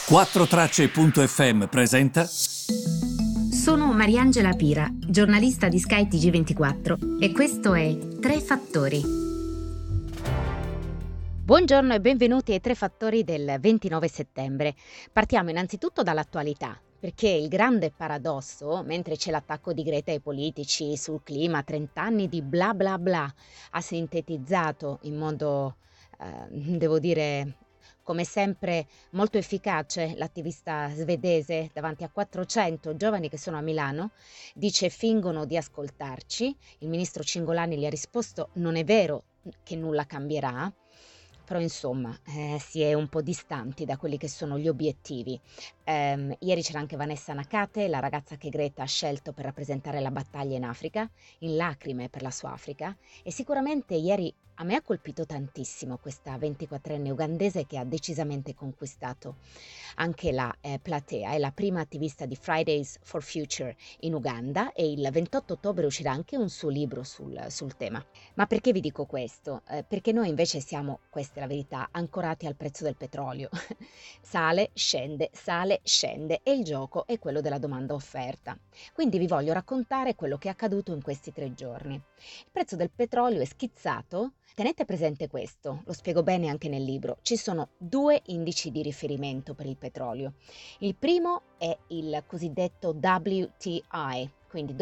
4Tracce.fm presenta. Sono Mariangela Pira, giornalista di Sky TG24 e questo è Tre Fattori. Buongiorno e benvenuti ai Tre Fattori del 29 settembre. Partiamo innanzitutto dall'attualità, perché il grande paradosso, mentre c'è l'attacco di Greta ai politici sul clima, 30 anni di bla bla bla, ha sintetizzato in modo, devo dire, come sempre molto efficace l'attivista svedese davanti a 400 giovani che sono a Milano, dice fingono di ascoltarci, il ministro Cingolani gli ha risposto non è vero che nulla cambierà, però insomma si è un po' distanti da quelli che sono gli obiettivi. Ieri c'era anche Vanessa Nakate, la ragazza che Greta ha scelto per rappresentare la battaglia in Africa, in lacrime per la sua Africa, e sicuramente ieri a me ha colpito tantissimo questa 24enne ugandese che ha decisamente conquistato anche la platea, è la prima attivista di Fridays for Future in Uganda e il 28 ottobre uscirà anche un suo libro sul tema. Ma perché vi dico questo? Perché noi invece siamo, questa è la verità, ancorati al prezzo del petrolio. Sale, scende e il gioco è quello della domanda offerta. Quindi vi voglio raccontare quello che è accaduto in questi 3 giorni. Il prezzo del petrolio è schizzato. Tenete presente questo, lo spiego bene anche nel libro. Ci sono 2 indici di riferimento per il petrolio. Il primo è il cosiddetto WTI, quindi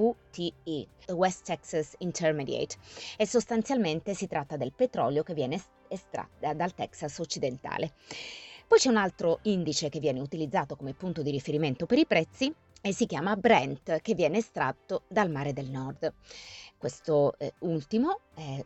WTI, West Texas Intermediate, e sostanzialmente si tratta del petrolio che viene estratto dal Texas occidentale. Poi c'è un altro indice che viene utilizzato come punto di riferimento per i prezzi e si chiama Brent, che viene estratto dal Mare del Nord. Questo ultimo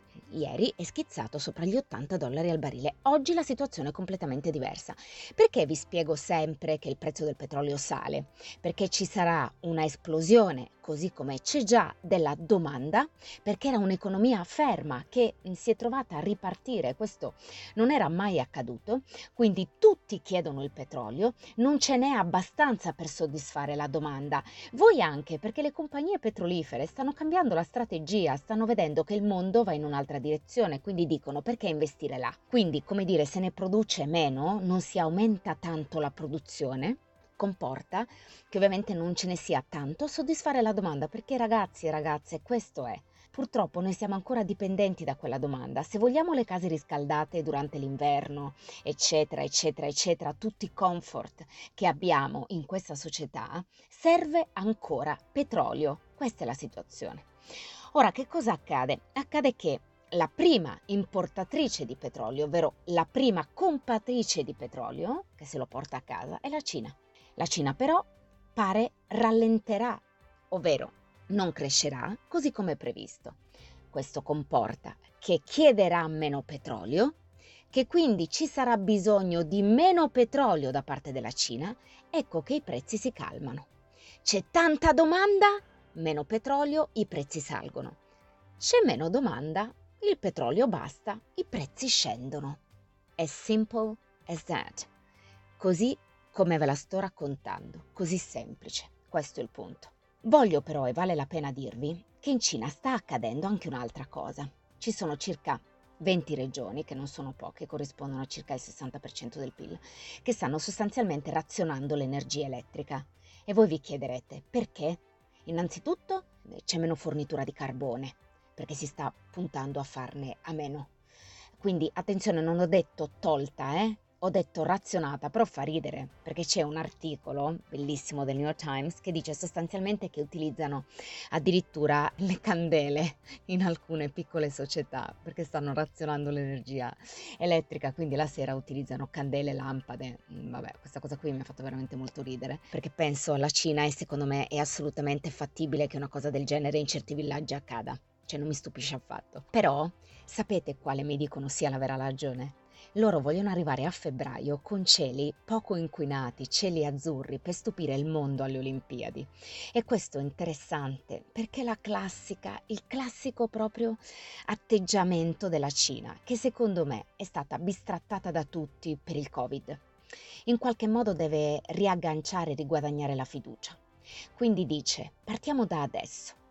ieri è schizzato sopra gli $80 al barile. Oggi la situazione è completamente diversa. Perché vi spiego sempre che il prezzo del petrolio sale? Perché ci sarà una esplosione, così come c'è già, della domanda, perché era un'economia ferma che si è trovata a ripartire. Questo non era mai accaduto, quindi tutti chiedono il petrolio, non ce n'è abbastanza per soddisfare la domanda. Voi anche, perché le compagnie petrolifere stanno cambiando la strategia, stanno vedendo che il mondo va in un'altra direzione, quindi dicono perché investire là? Quindi, come dire, se ne produce meno, non si aumenta tanto la produzione, comporta che ovviamente non ce ne sia tanto a soddisfare la domanda, perché ragazzi e ragazze, questo è. Purtroppo noi siamo ancora dipendenti da quella domanda. Se vogliamo le case riscaldate durante l'inverno, eccetera, eccetera, eccetera, tutti i comfort che abbiamo in questa società, serve ancora petrolio. Questa è la situazione. Ora, che cosa accade? Accade che la prima importatrice di petrolio, ovvero la prima compratrice di petrolio, che se lo porta a casa, è la Cina. La Cina però pare rallenterà, ovvero non crescerà così come previsto. Questo comporta che chiederà meno petrolio, che quindi ci sarà bisogno di meno petrolio da parte della Cina, ecco che i prezzi si calmano. C'è tanta domanda, meno petrolio, i prezzi salgono. C'è meno domanda, il petrolio basta, i prezzi scendono. As simple as that. Così come ve la sto raccontando, così semplice. Questo è il punto. Voglio però, e vale la pena dirvi, che in Cina sta accadendo anche un'altra cosa. Ci sono circa 20 regioni, che non sono poche, corrispondono a circa il 60% del PIL, che stanno sostanzialmente razionando l'energia elettrica. E voi vi chiederete perché? Innanzitutto c'è meno fornitura di carbone, perché si sta puntando a farne a meno. Quindi attenzione, non ho detto tolta, ho detto razionata, però fa ridere, perché c'è un articolo bellissimo del New York Times che dice sostanzialmente che utilizzano addirittura le candele in alcune piccole società, perché stanno razionando l'energia elettrica, quindi la sera utilizzano candele, lampade. Vabbè, questa cosa qui mi ha fatto veramente molto ridere, perché penso alla Cina e secondo me è assolutamente fattibile che una cosa del genere in certi villaggi accada. Cioè non mi stupisce affatto. Però sapete quale mi dicono sia la vera ragione? Loro vogliono arrivare a febbraio con cieli poco inquinati, cieli azzurri, per stupire il mondo alle Olimpiadi. E questo è interessante perché il classico proprio atteggiamento della Cina, che secondo me è stata bistrattata da tutti per il Covid. In qualche modo deve riagganciare e riguadagnare la fiducia. Quindi dice, partiamo da adesso.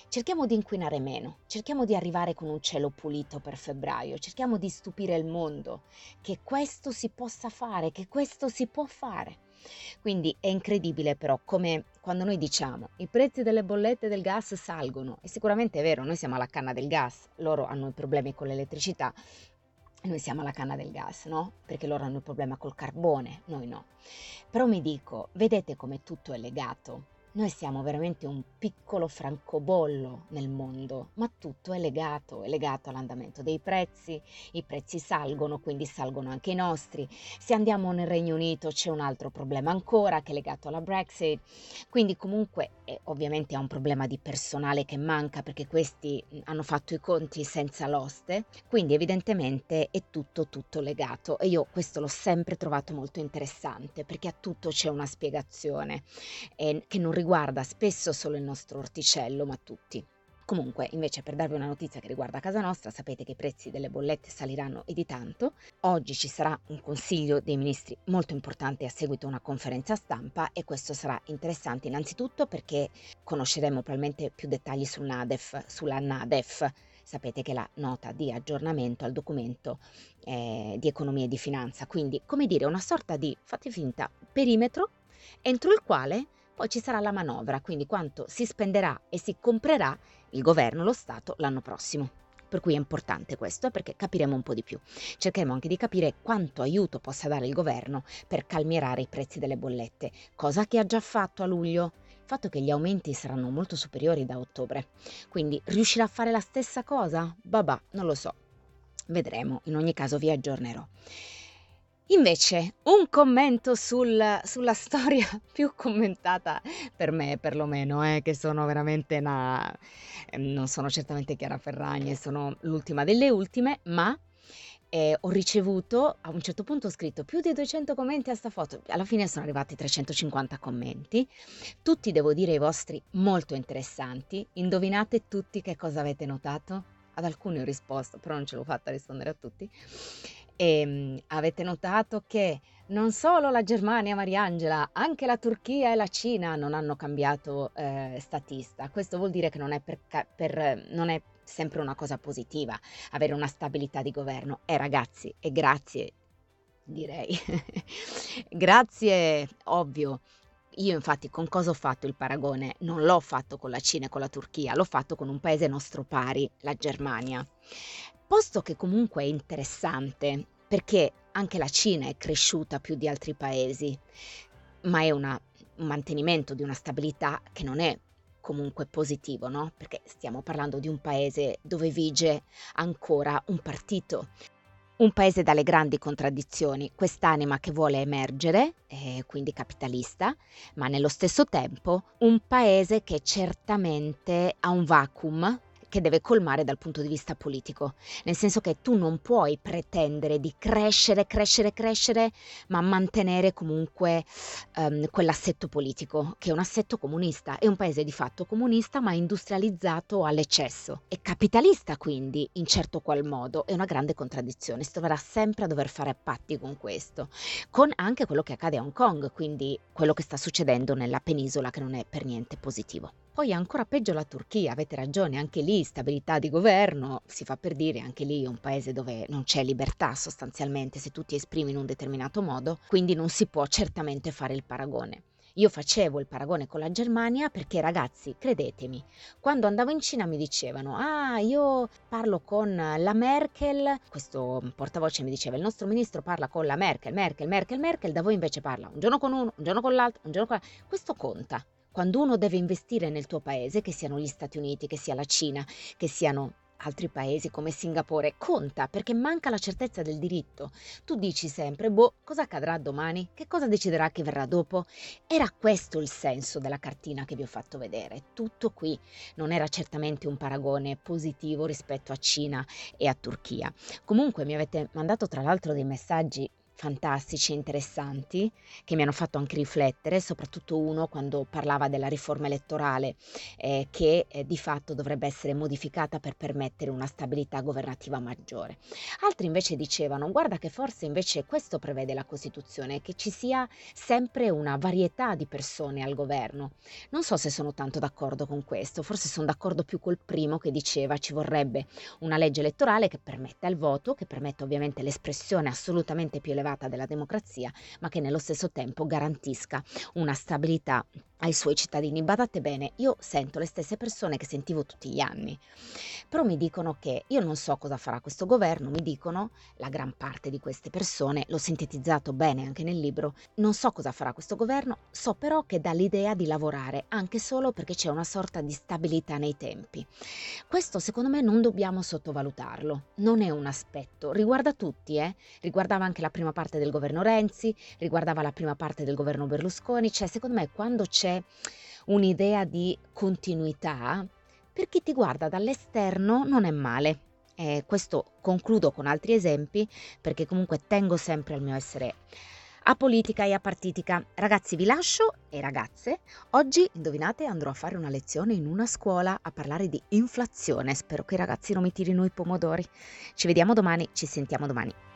Cerchiamo di inquinare meno, cerchiamo di arrivare con un cielo pulito per febbraio, cerchiamo di stupire il mondo che questo si possa fare, che questo si può fare. Quindi è incredibile però come quando noi diciamo i prezzi delle bollette del gas salgono, e sicuramente è vero, noi siamo alla canna del gas, loro hanno i problemi con l'elettricità, e noi siamo alla canna del gas, no? Perché loro hanno il problema col carbone, noi no. Però mi dico, vedete come tutto è legato? Noi siamo veramente un piccolo francobollo nel mondo, ma tutto è legato all'andamento dei prezzi, i prezzi salgono, quindi salgono anche i nostri. Se andiamo nel Regno Unito c'è un altro problema ancora che è legato alla Brexit, quindi comunque ovviamente è un problema di personale che manca perché questi hanno fatto i conti senza l'oste, quindi evidentemente è tutto legato e io questo l'ho sempre trovato molto interessante perché a tutto c'è una spiegazione che non riguarda spesso solo il nostro orticello, ma tutti. Comunque, invece, per darvi una notizia che riguarda casa nostra, sapete che i prezzi delle bollette saliranno e di tanto. Oggi ci sarà un consiglio dei ministri molto importante a seguito di una conferenza stampa e questo sarà interessante innanzitutto perché conosceremo probabilmente più dettagli sulla NADEF. Sapete che è la nota di aggiornamento al documento di economia e di finanza, quindi come dire una sorta di, fate finta, perimetro entro il quale poi ci sarà la manovra, quindi quanto si spenderà e si comprerà il governo, lo Stato l'anno prossimo. Per cui è importante questo, perché capiremo un po' di più. Cercheremo anche di capire quanto aiuto possa dare il governo per calmierare i prezzi delle bollette, cosa che ha già fatto a luglio. Il fatto che gli aumenti saranno molto superiori da ottobre. Quindi riuscirà a fare la stessa cosa? Babà, non lo so. Vedremo, in ogni caso vi aggiornerò. Invece, un commento sulla storia più commentata per me perlomeno, che sono veramente non sono certamente Chiara Ferragni, sono l'ultima delle ultime, ma ho ricevuto, a un certo punto ho scritto più di 200 commenti a sta foto, alla fine sono arrivati 350 commenti, tutti devo dire i vostri molto interessanti, indovinate tutti che cosa avete notato? Ad alcuni ho risposto, però non ce l'ho fatta a rispondere a tutti. Avete notato che non solo la Germania, Mariangela, anche la Turchia e la Cina non hanno cambiato statista. Questo vuol dire che non è, non è sempre una cosa positiva avere una stabilità di governo. Ragazzi, e grazie, direi, grazie, ovvio. Io infatti con cosa ho fatto il paragone? Non l'ho fatto con la Cina e con la Turchia, l'ho fatto con un paese nostro pari, la Germania. Posto che comunque è interessante, perché anche la Cina è cresciuta più di altri paesi, ma è un mantenimento di una stabilità che non è comunque positivo, no? Perché stiamo parlando di un paese dove vige ancora un partito. Un paese dalle grandi contraddizioni, quest'anima che vuole emergere, quindi capitalista, ma nello stesso tempo un paese che certamente ha un vacuum che deve colmare dal punto di vista politico, nel senso che tu non puoi pretendere di crescere, ma mantenere comunque quell'assetto politico, che è un assetto comunista, è un paese di fatto comunista ma industrializzato all'eccesso, è capitalista quindi in certo qual modo, è una grande contraddizione, si troverà sempre a dover fare a patti con questo, con anche quello che accade a Hong Kong, quindi quello che sta succedendo nella penisola che non è per niente positivo. Poi è ancora peggio la Turchia, avete ragione, anche lì stabilità di governo, si fa per dire, anche lì è un paese dove non c'è libertà sostanzialmente se tu ti esprimi in un determinato modo, quindi non si può certamente fare il paragone. Io facevo il paragone con la Germania perché ragazzi, credetemi, quando andavo in Cina mi dicevano io parlo con la Merkel, questo portavoce mi diceva il nostro ministro parla con la Merkel, da voi invece parla un giorno con uno, un giorno con l'altro, un giorno con l'altro. Questo conta. Quando uno deve investire nel tuo paese, che siano gli Stati Uniti, che sia la Cina, che siano altri paesi come Singapore, conta perché manca la certezza del diritto. Tu dici sempre, cosa accadrà domani? Che cosa deciderà che verrà dopo? Era questo il senso della cartina che vi ho fatto vedere. Tutto qui. Non era certamente un paragone positivo rispetto a Cina e a Turchia. Comunque mi avete mandato tra l'altro dei messaggi fantastici, interessanti, che mi hanno fatto anche riflettere, soprattutto uno quando parlava della riforma elettorale, che, di fatto dovrebbe essere modificata per permettere una stabilità governativa maggiore. Altri invece dicevano: "Guarda che forse invece questo prevede la Costituzione, che ci sia sempre una varietà di persone al governo". Non so se sono tanto d'accordo con questo, forse son d'accordo più col primo che diceva: ci vorrebbe una legge elettorale che permetta il voto, che permetta ovviamente l'espressione assolutamente più elevata della democrazia, ma che nello stesso tempo garantisca una stabilità ai suoi cittadini. Badate bene, io sento le stesse persone che sentivo tutti gli anni, però mi dicono che io non so cosa farà questo governo, mi dicono la gran parte di queste persone, l'ho sintetizzato bene anche nel libro, non so cosa farà questo governo, so però che dà l'idea di lavorare anche solo perché c'è una sorta di stabilità nei tempi. Questo secondo me non dobbiamo sottovalutarlo, non è un aspetto, riguarda tutti, riguardava anche la prima parte del governo Renzi, riguardava la prima parte del governo Berlusconi, cioè secondo me quando c'è un'idea di continuità, per chi ti guarda dall'esterno non è male. Questo concludo con altri esempi perché comunque tengo sempre al mio essere apolitica e apartitica. Ragazzi vi lascio e ragazze, oggi indovinate andrò a fare una lezione in una scuola a parlare di inflazione. Spero che i ragazzi non mi tirino i pomodori. Ci vediamo domani, ci sentiamo domani.